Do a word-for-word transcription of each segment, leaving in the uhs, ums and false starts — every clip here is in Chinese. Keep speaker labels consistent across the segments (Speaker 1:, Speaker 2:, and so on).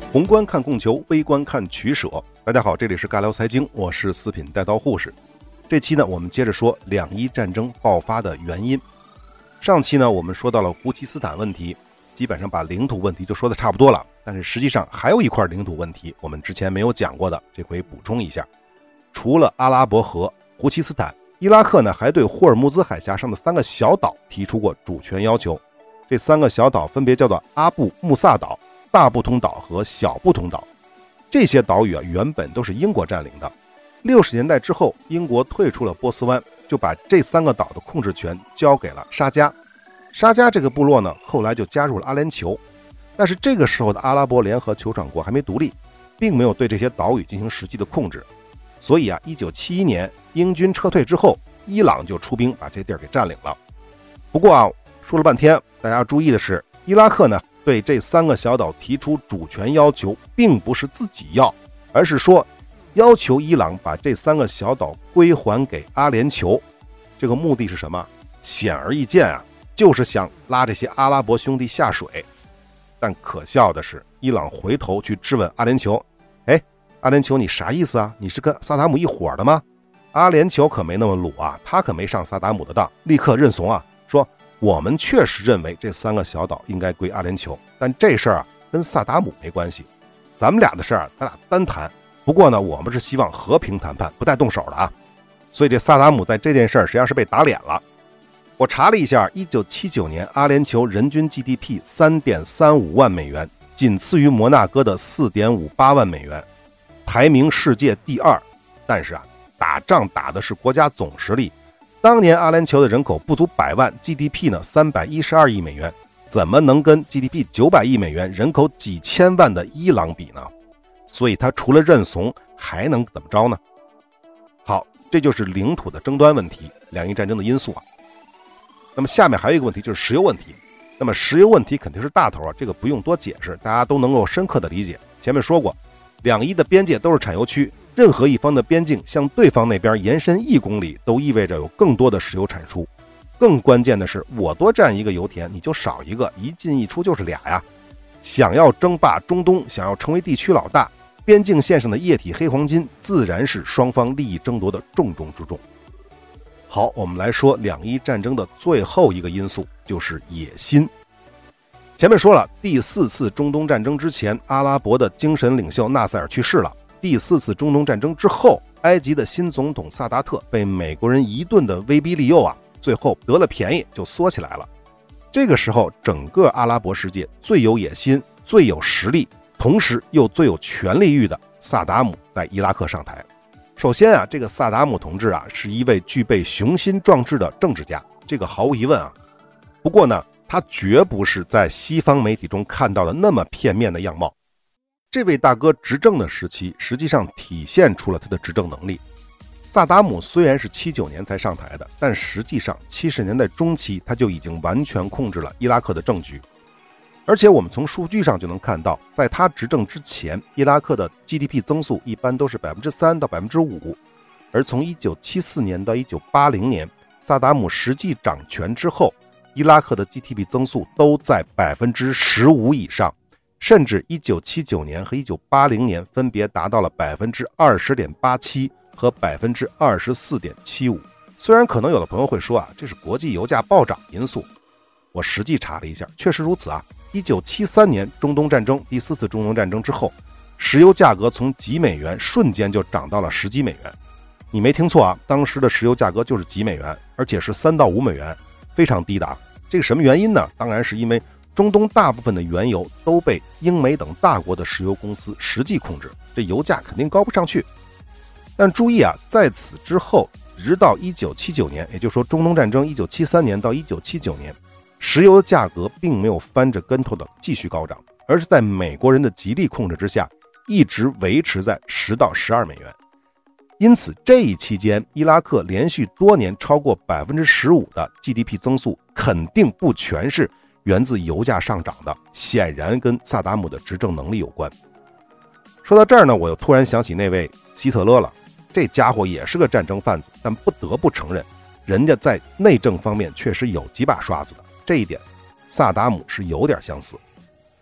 Speaker 1: 宏观看供求，微观看取舍。大家好，这里是尬聊财经，我是四品带刀护士。这期呢，我们接着说两伊战争爆发的原因。上期呢，我们说到了胡奇斯坦问题，基本上把领土问题就说的差不多了。但是实际上还有一块领土问题，我们之前没有讲过的，这回补充一下。除了阿拉伯河、胡奇斯坦，伊拉克呢还对霍尔木兹海峡上的三个小岛提出过主权要求。这三个小岛分别叫做阿布穆萨岛、大不通岛和小不通岛。这些岛屿啊，原本都是英国占领的。六十年代之后，英国退出了波斯湾，就把这三个岛的控制权交给了沙迦。沙迦这个部落呢，后来就加入了阿联酋。但是这个时候的阿拉伯联合酋长国还没独立，并没有对这些岛屿进行实际的控制。所以啊，一九七一年英军撤退之后，伊朗就出兵把这地儿给占领了。不过啊，说了半天，大家要注意的是，伊拉克呢对这三个小岛提出主权要求，并不是自己要，而是说要求伊朗把这三个小岛归还给阿联酋。这个目的是什么？显而易见啊，就是想拉这些阿拉伯兄弟下水。但可笑的是，伊朗回头去质问阿联酋，哎，阿联酋你啥意思啊？你是跟萨达姆一伙的吗？阿联酋可没那么鲁啊，他可没上萨达姆的当，立刻认怂啊，说我们确实认为这三个小岛应该归阿联酋，但这事儿啊跟萨达姆没关系，咱们俩的事儿咱俩单谈。不过呢，我们是希望和平谈判，不带动手的啊。所以这萨达姆在这件事儿实际上是被打脸了。我查了一下，一九七九年阿联酋人均 G D P 三点三五万美元，仅次于摩纳哥的 四点五八万美元，排名世界第二。但是啊，打仗打的是国家总实力。当年阿联酋的人口不足百万 ，G D P 呢三百一十二亿美元，怎么能跟 G D P 九百亿美元、人口几千万的伊朗比呢？所以他除了认怂，还能怎么着呢？好，这就是领土的争端问题，两伊战争的因素啊。那么下面还有一个问题，就是石油问题。那么石油问题肯定是大头啊，这个不用多解释，大家都能够深刻的理解。前面说过，两伊的边界都是产油区，任何一方的边境向对方那边延伸一公里，都意味着有更多的石油产出。更关键的是，我多占一个油田，你就少一个，一进一出就是俩呀。想要争霸中东，想要成为地区老大，边境线上的液体黑黄金自然是双方利益争夺的重中之重。好，我们来说两伊战争的最后一个因素，就是野心。前面说了，第四次中东战争之前，阿拉伯的精神领袖纳赛尔去世了。第四次中东战争之后，埃及的新总统萨达特被美国人一顿的威逼利诱啊，最后得了便宜就缩起来了。这个时候，整个阿拉伯世界最有野心、最有实力，同时又最有权力欲的萨达姆在伊拉克上台。首先啊，这个萨达姆同志啊，是一位具备雄心壮志的政治家，这个毫无疑问啊。不过呢，他绝不是在西方媒体中看到的那么片面的样貌。这位大哥执政的时期，实际上体现出了他的执政能力。萨达姆虽然是七九年才上台的，但实际上七十年代中期他就已经完全控制了伊拉克的政局。而且我们从数据上就能看到，在他执政之前，伊拉克的 G D P 增速一般都是 百分之三 到 百分之五， 而从一九七四年到一九八零年，萨达姆实际掌权之后，伊拉克的 G D P 增速都在 百分之十五 以上，甚至一九七九年和一九八零年分别达到了 百分之二十点八七 和 百分之二十四点七五。 虽然可能有的朋友会说啊，这是国际油价暴涨因素，我实际查了一下，确实如此啊。一九七三年中东战争，第四次中东战争之后，石油价格从几美元瞬间就涨到了十几美元。你没听错啊，当时的石油价格就是几美元，而且是三到五美元，非常低的啊。这个什么原因呢？当然是因为中东大部分的原油都被英美等大国的石油公司实际控制，这油价肯定高不上去。但注意啊，在此之后，直到一九七九年，也就是说中东战争一九七三年到一九七九年，石油的价格并没有翻着跟头的继续高涨，而是在美国人的极力控制之下，一直维持在十到十二美元。因此这一期间，伊拉克连续多年超过 百分之十五 的 G D P 增速，肯定不全是源自油价上涨的，显然跟萨达姆的执政能力有关。说到这儿呢，我又突然想起那位希特勒了。这家伙也是个战争贩子，但不得不承认，人家在内政方面确实有几把刷子的，这一点萨达姆是有点相似。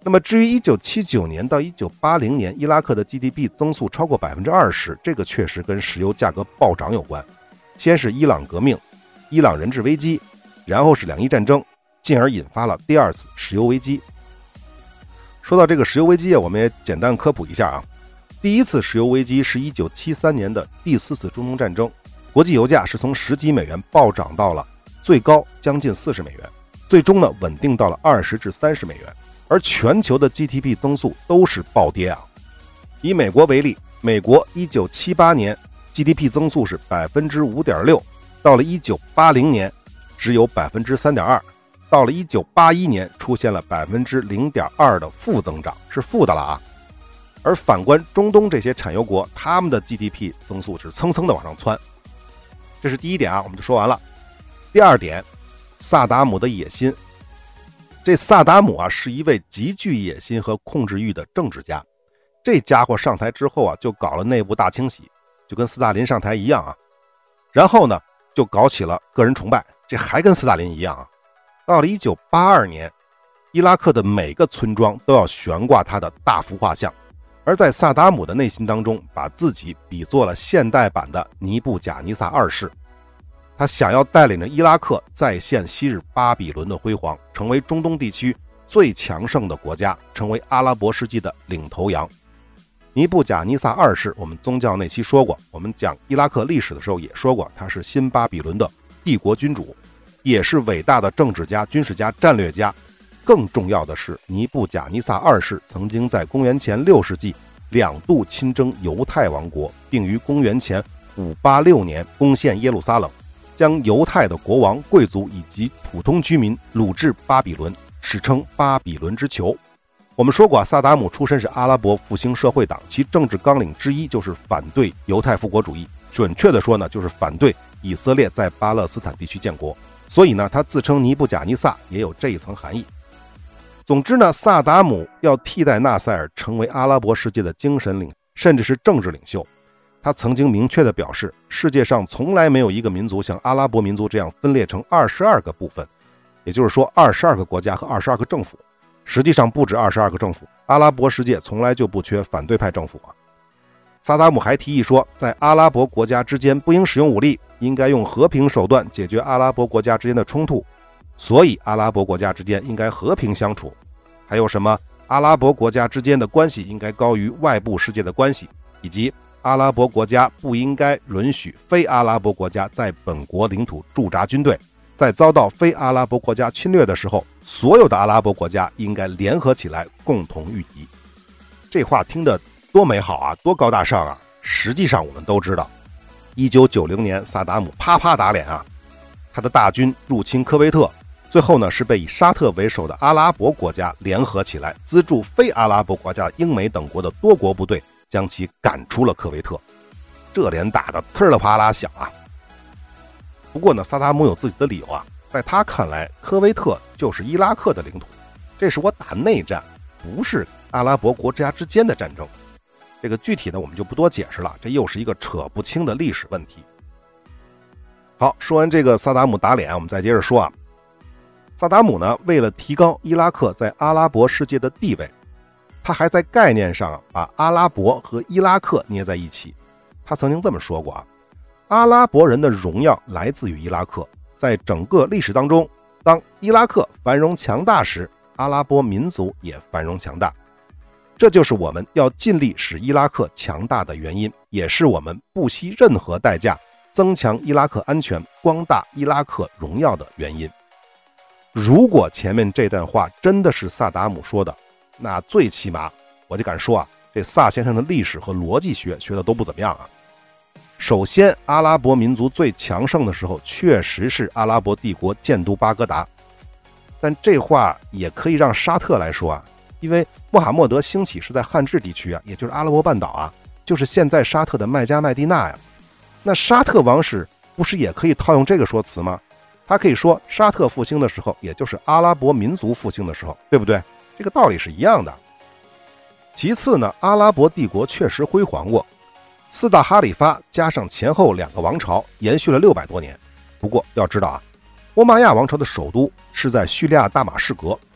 Speaker 1: 那么至于一九七九年到一九八零年伊拉克的 G D P 增速超过 百分之二十， 这个确实跟石油价格暴涨有关。先是伊朗革命、伊朗人质危机，然后是两伊战争，进而引发了第二次石油危机。说到这个石油危机，我们也简单科普一下啊。第一次石油危机是一九七三年的第四次中东战争，国际油价是从十几美元暴涨到了最高将近四十美元，最终呢稳定到了二十至三十美元。而全球的 G D P 增速都是暴跌啊。以美国为例，美国一九七八年 G D P 增速是 百分之五点六， 到了一九八零年只有 百分之三点二， 到了一九八一年出现了 百分之零点二 的负增长，是负的了啊。而反观中东这些产油国，他们的 G D P 增速是蹭蹭的往上窜。这是第一点啊，我们就说完了。第二点，萨达姆的野心。这萨达姆啊是一位极具野心和控制欲的政治家，这家伙上台之后啊就搞了内部大清洗，就跟斯大林上台一样啊。然后呢就搞起了个人崇拜，这还跟斯大林一样啊。到了一九八二年，伊拉克的每个村庄都要悬挂他的大幅画像，而在萨达姆的内心当中，把自己比作了现代版的尼布贾尼撒二世。他想要带领着伊拉克再现昔日巴比伦的辉煌，成为中东地区最强盛的国家，成为阿拉伯世纪的领头羊。尼布贾尼撒二世，我们宗教那期说过，我们讲伊拉克历史的时候也说过，他是新巴比伦的帝国君主，也是伟大的政治家、军事家、战略家。更重要的是，尼布贾尼撒二世曾经在公元前六世纪两度亲征犹太王国，并于公元前五八六年攻陷耶路撒冷，将犹太的国王、贵族以及普通居民掳至巴比伦，史称巴比伦之囚。我们说过啊，萨达姆出身是阿拉伯复兴社会党，其政治纲领之一就是反对犹太复国主义，准确的说呢，就是反对以色列在巴勒斯坦地区建国。所以呢，他自称尼布贾尼撒也有这一层含义。总之呢，萨达姆要替代纳赛尔成为阿拉伯世界的精神领，甚至是政治领袖。他曾经明确地表示，世界上从来没有一个民族像阿拉伯民族这样分裂成二十二个部分，也就是说二十二个国家和二十二个政府。实际上不止二十二个政府，阿拉伯世界从来就不缺反对派政府啊。萨达姆还提议说，在阿拉伯国家之间不应使用武力，应该用和平手段解决阿拉伯国家之间的冲突，所以阿拉伯国家之间应该和平相处。还有什么阿拉伯国家之间的关系应该高于外部世界的关系，以及阿拉伯国家不应该允许非阿拉伯国家在本国领土驻扎军队，在遭到非阿拉伯国家侵略的时候，所有的阿拉伯国家应该联合起来共同御敌。这话听得多美好啊，多高大上啊！实际上我们都知道，一九九零年萨达姆啪啪打脸啊，他的大军入侵科威特，最后呢是被以沙特为首的阿拉伯国家联合起来，资助非阿拉伯国家英美等国的多国部队，将其赶出了科威特。这脸打得呲啦啪啦响啊！不过呢，萨达姆有自己的理由啊，在他看来，科威特就是伊拉克的领土，这是我打内战，不是阿拉伯国家之间的战争。这个具体呢我们就不多解释了，这又是一个扯不清的历史问题。好，说完这个萨达姆打脸，我们再接着说啊。萨达姆呢，为了提高伊拉克在阿拉伯世界的地位，他还在概念上把阿拉伯和伊拉克捏在一起。他曾经这么说过啊，阿拉伯人的荣耀来自于伊拉克，在整个历史当中，当伊拉克繁荣强大时，阿拉伯民族也繁荣强大。这就是我们要尽力使伊拉克强大的原因，也是我们不惜任何代价增强伊拉克安全、光大伊拉克荣耀的原因。如果前面这段话真的是萨达姆说的，那最起码我就敢说啊，这萨先生的历史和逻辑学学的都不怎么样啊。首先，阿拉伯民族最强盛的时候确实是阿拉伯帝国建都巴格达，但这话也可以让沙特来说啊，因为穆罕默德兴起是在汉志地区啊，也就是阿拉伯半岛啊，就是现在沙特的麦加麦地那呀。那沙特王室不是也可以套用这个说辞吗？他可以说沙特复兴的时候，也就是阿拉伯民族复兴的时候，对不对？这个道理是一样的。其次呢，阿拉伯帝国确实辉煌过，四大哈里发加上前后两个王朝，延续了六百多年。不过要知道啊，欧玛亚王朝的首都是在叙利亚大马士革，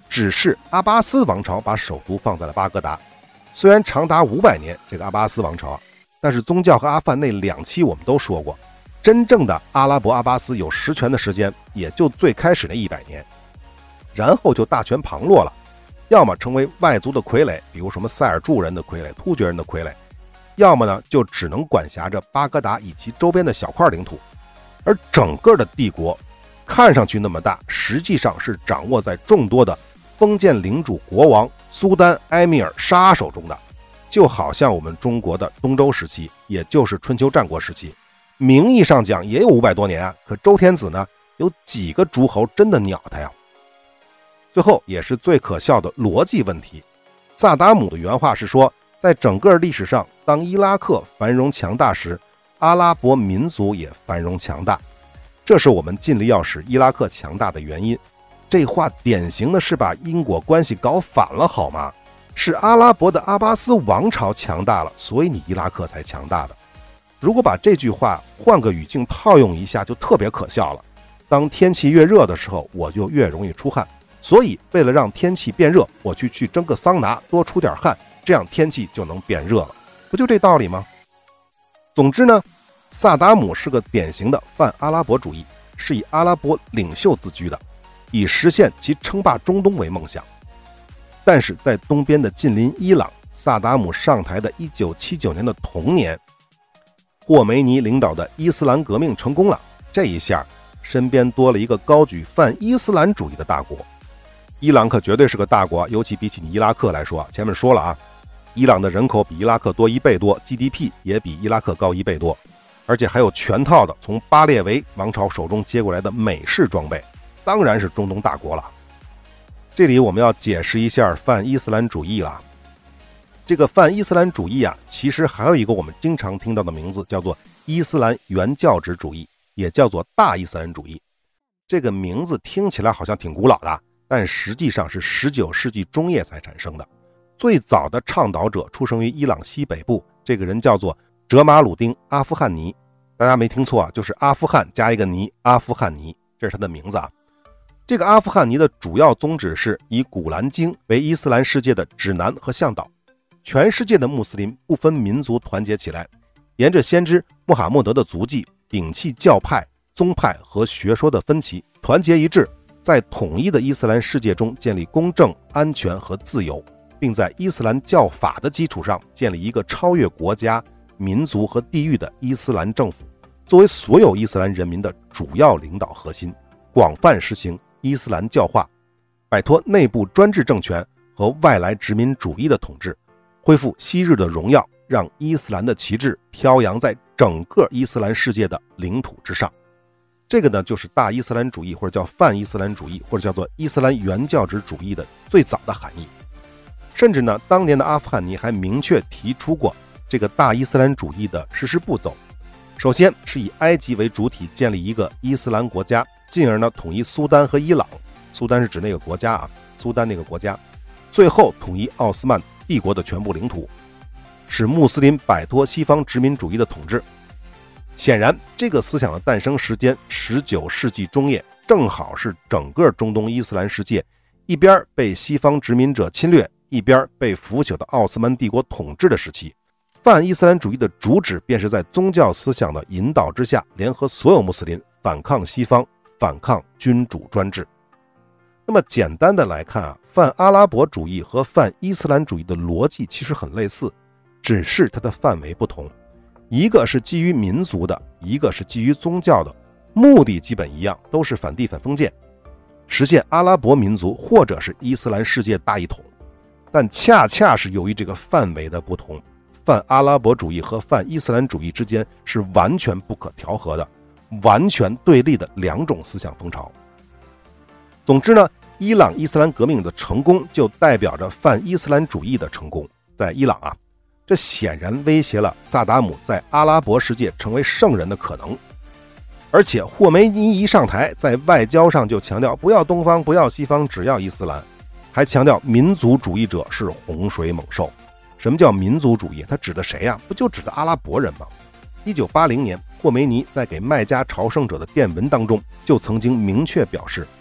Speaker 1: 只是阿巴斯王朝把首都放在了巴格达。虽然长达五百年，这个阿巴斯王朝啊，但是宗教和阿范那两期我们都说过，真正的阿拉伯阿巴斯有实权的时间也就最开始那一百年，然后就大权旁落了，要么成为外族的傀儡，比如什么塞尔柱人的傀儡、突厥人的傀儡，要么呢就只能管辖着巴格达以及周边的小块领土。而整个的帝国看上去那么大，实际上是掌握在众多的封建领主国王、苏丹、埃米尔、沙手中的，就好像我们中国的东周时期，也就是春秋战国时期，名义上讲也有五百多年啊，可周天子呢有几个诸侯真的鸟他呀？最后也是最可笑的逻辑问题，萨达姆的原话是说，在整个历史上，当伊拉克繁荣强大时，阿拉伯民族也繁荣强大，这是我们尽力要使伊拉克强大的原因。这话典型的是把因果关系搞反了好吗？是阿拉伯的阿巴斯王朝强大了，所以你伊拉克才强大的。如果把这句话换个语境套用一下，就特别可笑了。当天气越热的时候，我就越容易出汗，所以为了让天气变热，我去去蒸个桑拿，多出点汗，这样天气就能变热了，不就这道理吗？总之呢，萨达姆是个典型的泛阿拉伯主义，是以阿拉伯领袖自居的，以实现其称霸中东为梦想。但是在东边的近邻伊朗，萨达姆上台的一九七九年的同年，霍梅尼领导的伊斯兰革命成功了，这一下身边多了一个高举泛伊斯兰主义的大国。伊朗可绝对是个大国，尤其比起你伊拉克来说，前面说了啊，伊朗的人口比伊拉克多一倍多， G D P 也比伊拉克高一倍多，而且还有全套的从巴列维王朝手中接过来的美式装备，当然是中东大国了。这里我们要解释一下泛伊斯兰主义了。这个泛伊斯兰主义啊，其实还有一个我们经常听到的名字，叫做伊斯兰原教旨主义，也叫做大伊斯兰主义。这个名字听起来好像挺古老的，但实际上是十九世纪中叶才产生的。最早的倡导者出生于伊朗西北部，这个人叫做哲马鲁丁·阿夫汗尼。大家没听错啊，就是阿富汗加一个尼，阿夫汗尼，这是他的名字啊。这个阿夫汗尼的主要宗旨是以古兰经为伊斯兰世界的指南和向导，全世界的穆斯林不分民族团结起来，沿着先知穆罕默德的足迹，摒弃教派、宗派和学说的分歧，团结一致，在统一的伊斯兰世界中建立公正、安全和自由，并在伊斯兰教法的基础上建立一个超越国家、民族和地域的伊斯兰政府，作为所有伊斯兰人民的主要领导核心，广泛实行伊斯兰教化，摆脱内部专制政权和外来殖民主义的统治，恢复昔日的荣耀，让伊斯兰的旗帜飘扬在整个伊斯兰世界的领土之上。这个呢，就是大伊斯兰主义，或者叫泛伊斯兰主义，或者叫做伊斯兰原教旨主义的最早的含义。甚至呢，当年的阿富汗尼还明确提出过这个大伊斯兰主义的实施步骤。首先是以埃及为主体建立一个伊斯兰国家，进而呢统一苏丹和伊朗，苏丹是指那个国家啊，苏丹那个国家，最后统一奥斯曼帝国的全部领土，使穆斯林摆脱西方殖民主义的统治。显然，这个思想的诞生时间十九世纪中叶，正好是整个中东伊斯兰世界一边被西方殖民者侵略，一边被腐朽的奥斯曼帝国统治的时期。泛伊斯兰主义的主旨便是在宗教思想的引导之下，联合所有穆斯林反抗西方，反抗君主专制。那么简单的来看啊，泛阿拉伯主义和泛伊斯兰主义的逻辑其实很类似，只是它的范围不同。一个是基于民族的，一个是基于宗教的，目的基本一样，都是反帝反封建，实现阿拉伯民族或者是伊斯兰世界大一统。但恰恰是由于这个范围的不同，泛阿拉伯主义和泛伊斯兰主义之间是完全不可调和的，完全对立的两种思想风潮。总之呢，伊朗伊斯兰革命的成功就代表着泛伊斯兰主义的成功。在伊朗啊，这显然威胁了萨达姆在阿拉伯世界成为圣人的可能。而且霍梅尼一上台，在外交上就强调不要东方，不要西方，只要伊斯兰，还强调民族主义者是洪水猛兽。什么叫民族主义？他指的谁呀？不就指的阿拉伯人吗？一九八零年，霍梅尼在给麦加朝圣者的电文当中就曾经明确表示，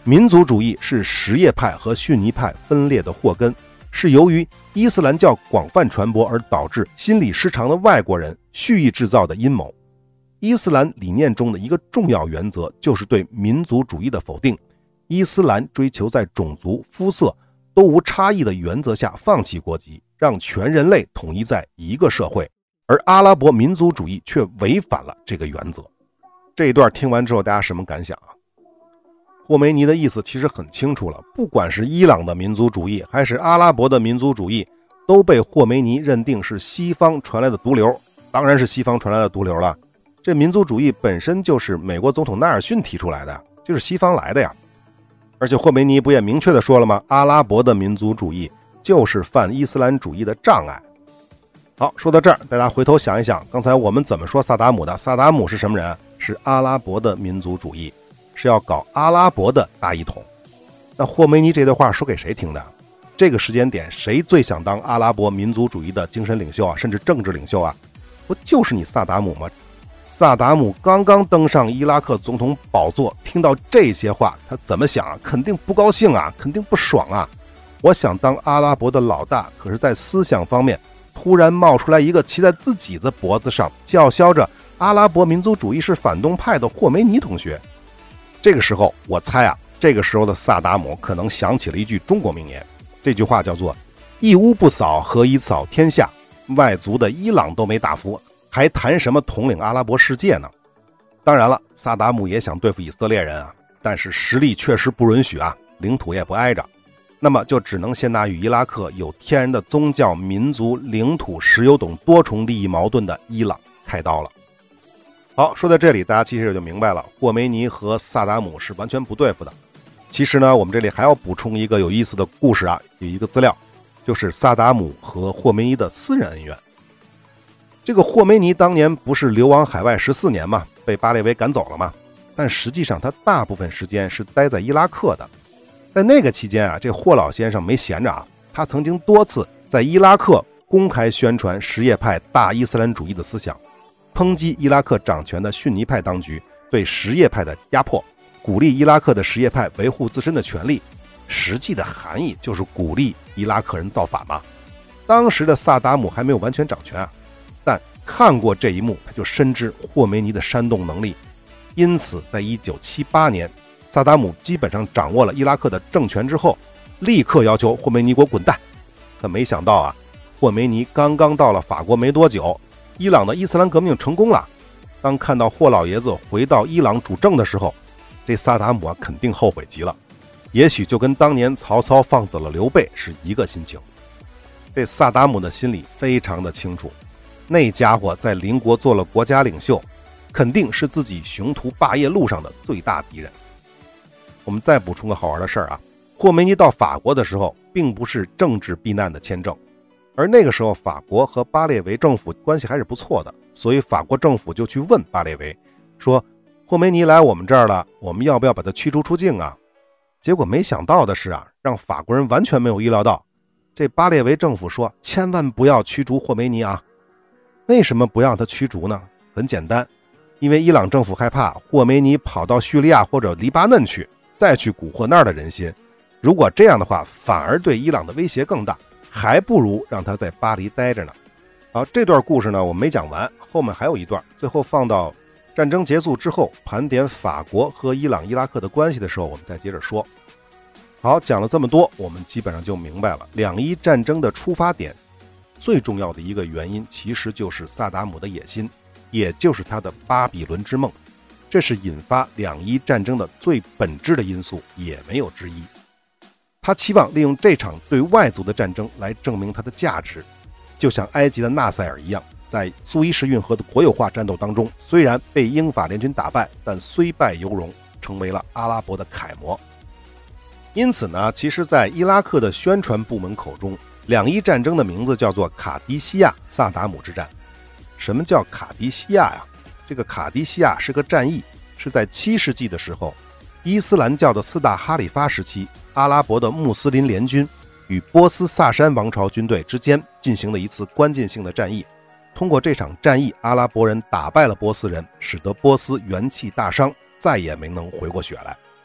Speaker 1: 民族主义是什叶派和逊尼派分裂的祸根，是由于伊斯兰教广泛传播而导致心理失常的外国人蓄意制造的阴谋。伊斯兰理念中的一个重要原则就是对民族主义的否定。伊斯兰追求在种族、肤色都无差异的原则下放弃国籍，让全人类统一在一个社会，而阿拉伯民族主义却违反了这个原则。这一段听完之后，大家什么感想啊？霍梅尼的意思其实很清楚了，不管是伊朗的民族主义还是阿拉伯的民族主义，都被霍梅尼认定是西方传来的毒瘤，当然是西方传来的毒瘤了。这民族主义本身就是美国总统纳尔逊提出来的，就是西方来的呀。而且霍梅尼不也明确的说了吗？阿拉伯的民族主义就是泛伊斯兰主义的障碍。好，说到这儿，大家回头想一想，刚才我们怎么说萨达姆的？萨达姆是什么人？是阿拉伯的民族主义，是要搞阿拉伯的大一统。那霍梅尼这段话说给谁听的？这个时间点谁最想当阿拉伯民族主义的精神领袖啊，甚至政治领袖啊？不就是你萨达姆吗？萨达姆刚刚登上伊拉克总统宝座，听到这些话，他怎么想啊？肯定不高兴啊，肯定不爽啊。我想当阿拉伯的老大，可是在思想方面突然冒出来一个骑在自己的脖子上叫嚣着阿拉伯民族主义是反动派的霍梅尼同学。这个时候我猜啊，这个时候的萨达姆可能想起了一句中国名言，这句话叫做一屋不扫何以扫天下，外族的伊朗都没打服，还谈什么统领阿拉伯世界呢？当然了，萨达姆也想对付以色列人啊，但是实力确实不允许啊，领土也不挨着，那么就只能先拿与伊拉克有天然的宗教、民族、领土、石油等多重利益矛盾的伊朗开刀了。好，说到这里，大家其实也就明白了，霍梅尼和萨达姆是完全不对付的。其实呢，我们这里还要补充一个有意思的故事啊，有一个资料，就是萨达姆和霍梅尼的私人恩怨。这个霍梅尼当年不是流亡海外十四年嘛，被巴列维赶走了嘛，但实际上他大部分时间是待在伊拉克的。在那个期间啊，这霍老先生没闲着啊，他曾经多次在伊拉克公开宣传什叶派大伊斯兰主义的思想，抨击伊拉克掌权的逊尼派当局对什叶派的压迫，鼓励伊拉克的什叶派维护自身的权利。实际的含义就是鼓励伊拉克人造反嘛。当时的萨达姆还没有完全掌权啊，但看过这一幕，他就深知霍梅尼的煽动能力。因此在一九七八年，萨达姆基本上掌握了伊拉克的政权之后，立刻要求霍梅尼给我滚蛋。可没想到啊，霍梅尼刚刚到了法国没多久，伊朗的伊斯兰革命成功了。当看到霍老爷子回到伊朗主政的时候，这萨达姆啊肯定后悔极了，也许就跟当年曹操放走了刘备是一个心情。这萨达姆的心里非常的清楚，那家伙在邻国做了国家领袖，肯定是自己雄图霸业路上的最大敌人。我们再补充个好玩的事儿啊，霍梅尼到法国的时候并不是政治避难的签证，而那个时候法国和巴列维政府关系还是不错的，所以法国政府就去问巴列维说，霍梅尼来我们这儿了，我们要不要把他驱逐出境啊？结果没想到的是啊，让法国人完全没有意料到，这巴列维政府说千万不要驱逐霍梅尼啊。为什么不让他驱逐呢？很简单，因为伊朗政府害怕霍梅尼跑到叙利亚或者黎巴嫩去，再去蛊惑那儿的人心。如果这样的话，反而对伊朗的威胁更大，还不如让他在巴黎待着呢。好，这段故事呢我没讲完，后面还有一段，最后放到战争结束之后盘点法国和伊朗伊拉克的关系的时候我们再接着说。好，讲了这么多，我们基本上就明白了两伊战争的出发点，最重要的一个原因其实就是萨达姆的野心，也就是他的巴比伦之梦，这是引发两伊战争的最本质的因素，也没有之一。他期望利用这场对外族的战争来证明他的价值，就像埃及的纳赛尔一样，在苏伊士运河的国有化战斗当中，虽然被英法联军打败，但虽败犹荣，成为了阿拉伯的楷模。因此呢，其实在伊拉克的宣传部门口中，两伊战争的名字叫做卡迪西亚萨达姆之战。什么叫卡迪西亚呀？这个卡迪西亚是个战役，是在七世纪的时候，伊斯兰教的四大哈里发时期，阿拉伯的穆斯林联军与波斯萨珊王朝军队之间进行了一次关键性的战役。通过这场战役，阿拉伯人打败了波斯人，使得波斯元气大伤，再也没能回过血来。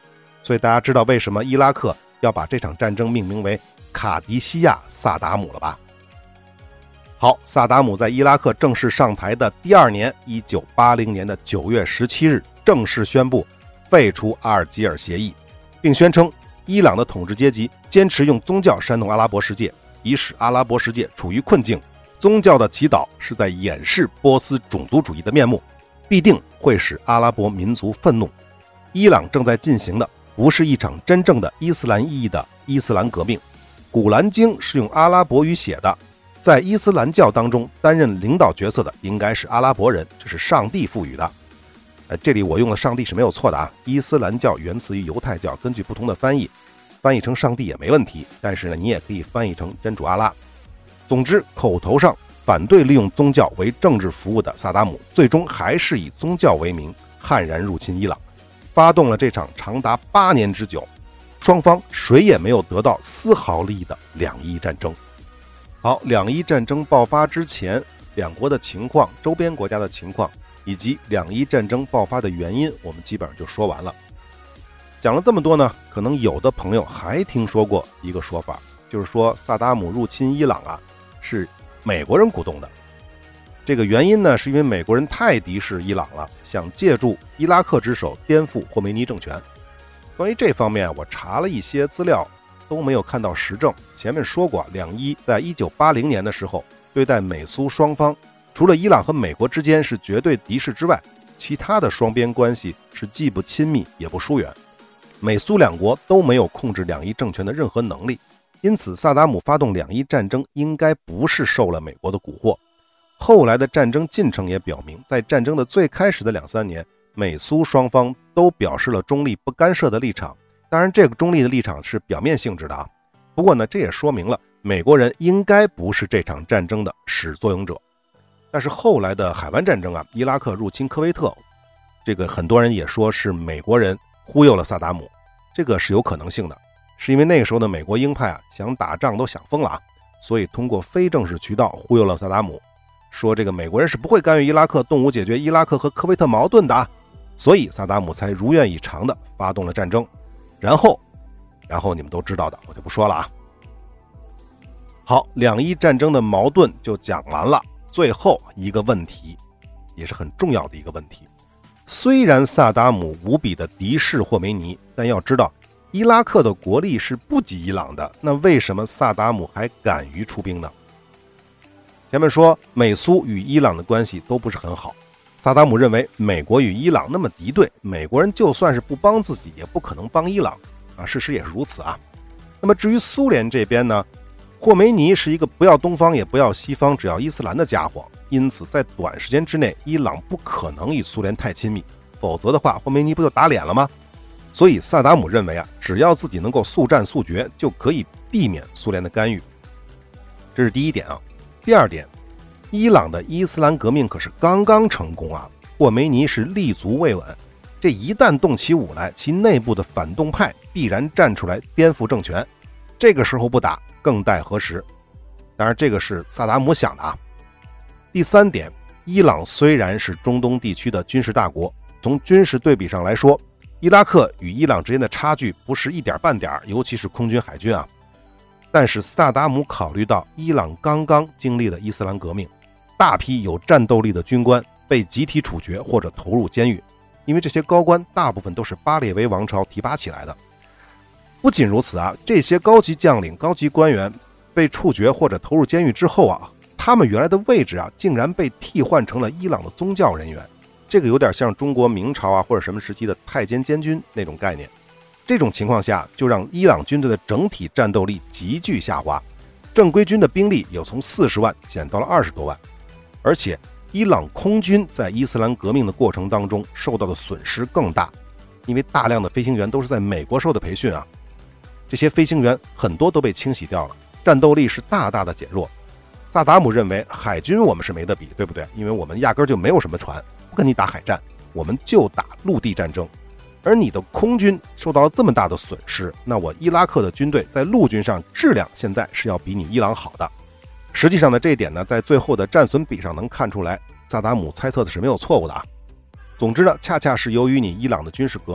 Speaker 1: 所以大家知道为什么伊拉克要把这场战争命名为卡迪西亚萨达姆了吧？好，萨达姆在伊拉克正式上台的第二年，一九八零年的九月十七日，正式宣布废除阿尔及尔协议，并宣称伊朗的统治阶级坚持用宗教煽动阿拉伯世界，以使阿拉伯世界处于困境。宗教的祈祷是在掩饰波斯种族主义的面目，必定会使阿拉伯民族愤怒。伊朗正在进行的不是一场真正的伊斯兰意义的伊斯兰革命。古兰经是用阿拉伯语写的，在伊斯兰教当中担任领导角色的应该是阿拉伯人，这是上帝赋予的。呃，这里我用的上帝是没有错的啊。伊斯兰教源自于犹太教，根据不同的翻译，翻译成上帝也没问题，但是呢，你也可以翻译成真主阿拉。总之，口头上反对利用宗教为政治服务的萨达姆，最终还是以宗教为名悍然入侵伊朗，发动了这场长达八年之久，双方谁也没有得到丝毫利益的两伊战争。好，两伊战争爆发之前，两国的情况、周边国家的情况以及两伊战争爆发的原因，我们基本上就说完了。讲了这么多呢，可能有的朋友还听说过一个说法，就是说萨达姆入侵伊朗啊，是美国人鼓动的。这个原因呢，是因为美国人太敌视伊朗了，想借助伊拉克之手颠覆霍梅尼政权。关于这方面，我查了一些资料，都没有看到实证。前面说过，两伊在一九八零年的时候，对待美苏双方，除了伊朗和美国之间是绝对敌视之外，其他的双边关系是既不亲密也不疏远。美苏两国都没有控制两伊政权的任何能力，因此萨达姆发动两伊战争应该不是受了美国的蛊惑。后来的战争进程也表明，在战争的最开始的两三年，美苏双方都表示了中立不干涉的立场。当然，这个中立的立场是表面性质的啊。不过呢，这也说明了美国人应该不是这场战争的始作俑者。但是后来的海湾战争啊，伊拉克入侵科威特，这个很多人也说是美国人忽悠了萨达姆，这个是有可能性的，是因为那个时候的美国鹰派啊，想打仗都想疯了啊，所以通过非正式渠道忽悠了萨达姆，说这个美国人是不会干预伊拉克动武解决伊拉克和科威特矛盾的啊，所以萨达姆才如愿以偿的发动了战争。然后然后你们都知道的，我就不说了啊。好，两伊战争的矛盾就讲完了。最后一个问题，也是很重要的一个问题，虽然萨达姆无比的敌视霍梅尼，但要知道伊拉克的国力是不及伊朗的，那为什么萨达姆还敢于出兵呢？前面说美苏与伊朗的关系都不是很好，萨达姆认为美国与伊朗那么敌对，美国人就算是不帮自己也不可能帮伊朗啊，事实也是如此啊。那么至于苏联这边呢，霍梅尼是一个不要东方也不要西方，只要伊斯兰的家伙，因此在短时间之内伊朗不可能与苏联太亲密，否则的话霍梅尼不就打脸了吗？所以萨达姆认为啊，只要自己能够速战速决，就可以避免苏联的干预。这是第一点啊。第二点，伊朗的伊斯兰革命可是刚刚成功啊，霍梅尼是立足未稳，这一旦动起武来，其内部的反动派必然站出来颠覆政权，这个时候不打更待何时？当然这个是萨达姆想的啊。第三点，伊朗虽然是中东地区的军事大国，从军事对比上来说，伊拉克与伊朗之间的差距不是一点半点，尤其是空军海军啊。但是萨达姆考虑到伊朗刚刚经历了伊斯兰革命，大批有战斗力的军官被集体处决或者投入监狱，因为这些高官大部分都是巴列维王朝提拔起来的。不仅如此啊，这些高级将领、高级官员被处决或者投入监狱之后啊，他们原来的位置啊，竟然被替换成了伊朗的宗教人员。这个有点像中国明朝啊或者什么时期的太监监军那种概念。这种情况下，就让伊朗军队的整体战斗力急剧下滑，正规军的兵力有从四十万减到了二十多万，而且伊朗空军在伊斯兰革命的过程当中受到的损失更大，因为大量的飞行员都是在美国受的培训啊，这些飞行员很多都被清洗掉了，战斗力是大大的减弱。萨达姆认为海军我们是没得比，对不对？因为我们压根就没有什么船，不跟你打海战，我们就打陆地战争。而你的空军受到了这么大的损失，那我伊拉克的军队在陆军上质量现在是要比你伊朗好的。实际上呢，这一点呢，在最后的战损比上能看出来，萨达姆猜测的是没有错误的啊。总之呢，恰恰是由于你伊朗的军事革命，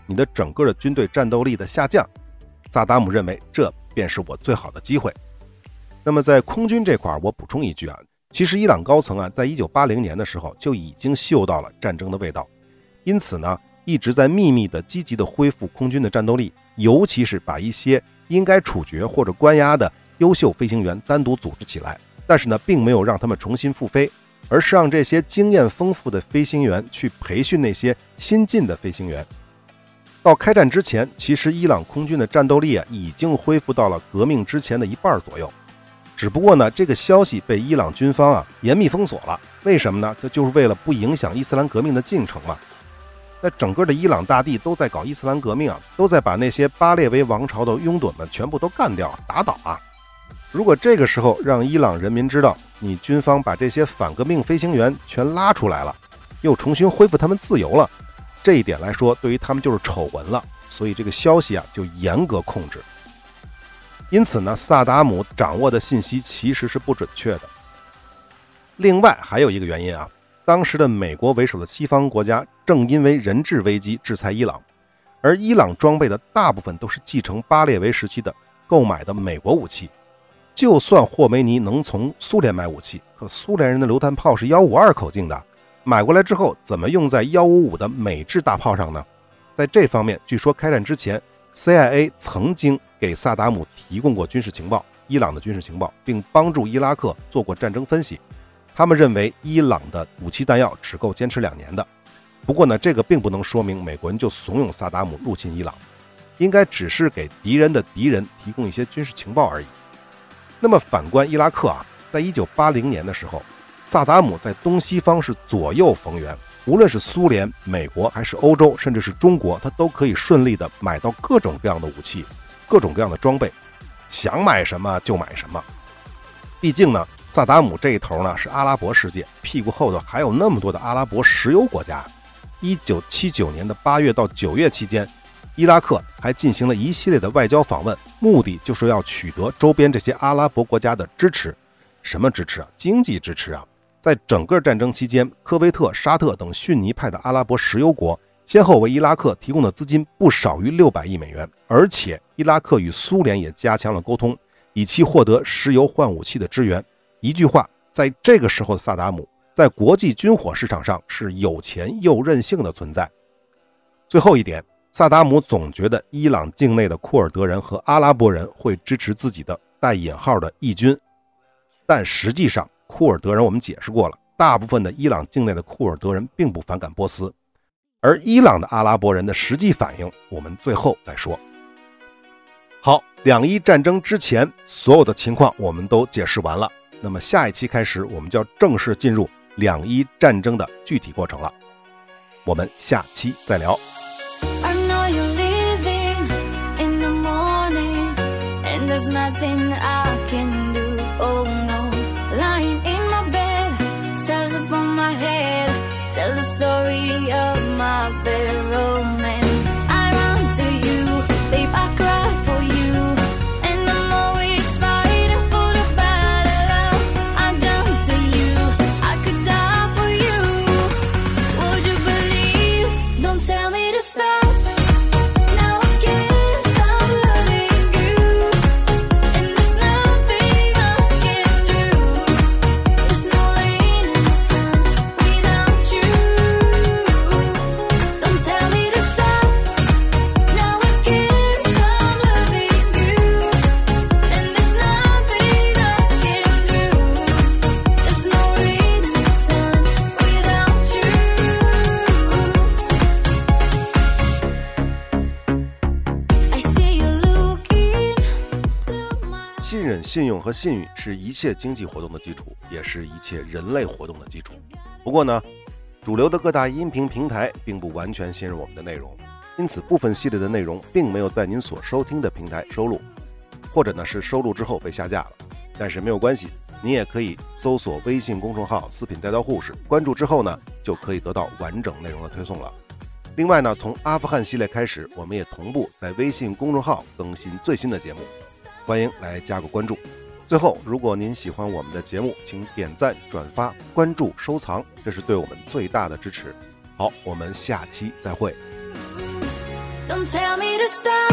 Speaker 1: 你的整个的军队战斗力的下降，萨达姆认为这便是我最好的机会。那么在空军这块，我补充一句啊，其实伊朗高层啊，在一九八零年的时候就已经嗅到了战争的味道，因此呢，一直在秘密的积极的恢复空军的战斗力，尤其是把一些应该处决或者关押的优秀飞行员单独组织起来，但是呢，并没有让他们重新复飞，而是让这些经验丰富的飞行员去培训那些新进的飞行员。到开战之前，其实伊朗空军的战斗力啊，已经恢复到了革命之前的一半左右。只不过呢，这个消息被伊朗军方啊严密封锁了。为什么呢？这就是为了不影响伊斯兰革命的进程嘛。在整个的伊朗大地都在搞伊斯兰革命啊，都在把那些巴列维王朝的拥趸们全部都干掉、打倒啊。如果这个时候让伊朗人民知道你军方把这些反革命飞行员全拉出来了，又重新恢复他们自由了，这一点来说，对于他们就是丑闻了。所以这个消息啊就严格控制。因此呢，萨达姆掌握的信息其实是不准确的。另外还有一个原因啊，当时的美国为首的西方国家正因为人质危机制裁伊朗，而伊朗装备的大部分都是继承巴列维时期的购买的美国武器。就算霍梅尼能从苏联买武器，可苏联人的榴弹炮是一五二口径的，买过来之后怎么用在一五五的美制大炮上呢？在这方面，据说开战之前 C I A 曾经给萨达姆提供过军事情报，伊朗的军事情报，并帮助伊拉克做过战争分析。他们认为伊朗的武器弹药只够坚持两年的。不过呢，这个并不能说明美国人就怂恿萨达姆入侵伊朗，应该只是给敌人的敌人提供一些军事情报而已。那么反观伊拉克啊，在一九八零年的时候，萨达姆在东西方是左右逢源，无论是苏联、美国还是欧洲，甚至是中国，他都可以顺利的买到各种各样的武器，各种各样的装备，想买什么就买什么。毕竟呢，萨达姆这一头呢是阿拉伯世界，屁股后头还有那么多的阿拉伯石油国家。一九七九年的八月到九月期间，伊拉克还进行了一系列的外交访问，目的就是要取得周边这些阿拉伯国家的支持。什么支持啊？经济支持啊！在整个战争期间，科威特、沙特等逊尼派的阿拉伯石油国先后为伊拉克提供的资金不少于六百亿美元，而且伊拉克与苏联也加强了沟通，以期获得石油换武器的支援。一句话，在这个时候的萨达姆在国际军火市场上是有钱又任性的存在。最后一点，萨达姆总觉得伊朗境内的库尔德人和阿拉伯人会支持自己的带引号的义军，但实际上库尔德人我们解释过了，大部分的伊朗境内的库尔德人并不反感波斯，而伊朗的阿拉伯人的实际反应我们最后再说。好，两伊战争之前所有的情况我们都解释完了，那么下一期开始我们就要正式进入两伊战争的具体过程了，我们下期再聊。There's nothing I can do, oh no. Lying in my bed, stars up on my head, tell the story of my fair romance. I run to you, babe, I cry for you, and I'm always fighting for the battle. I jump to you, I could die for you. Would you believe? Don't tell me to stop.信用和信誉是一切经济活动的基础，也是一切人类活动的基础。不过呢，主流的各大音频平台并不完全信任我们的内容，因此部分系列的内容并没有在您所收听的平台收录，或者呢是收录之后被下架了。但是没有关系，您也可以搜索微信公众号四品带刀护士，关注之后呢就可以得到完整内容的推送了。另外呢，从阿富汗系列开始，我们也同步在微信公众号更新最新的节目，欢迎来加个关注。最后，如果您喜欢我们的节目，请点赞、转发、关注、收藏，这是对我们最大的支持。好，我们下期再会。
Speaker 2: Don't tell me to stop.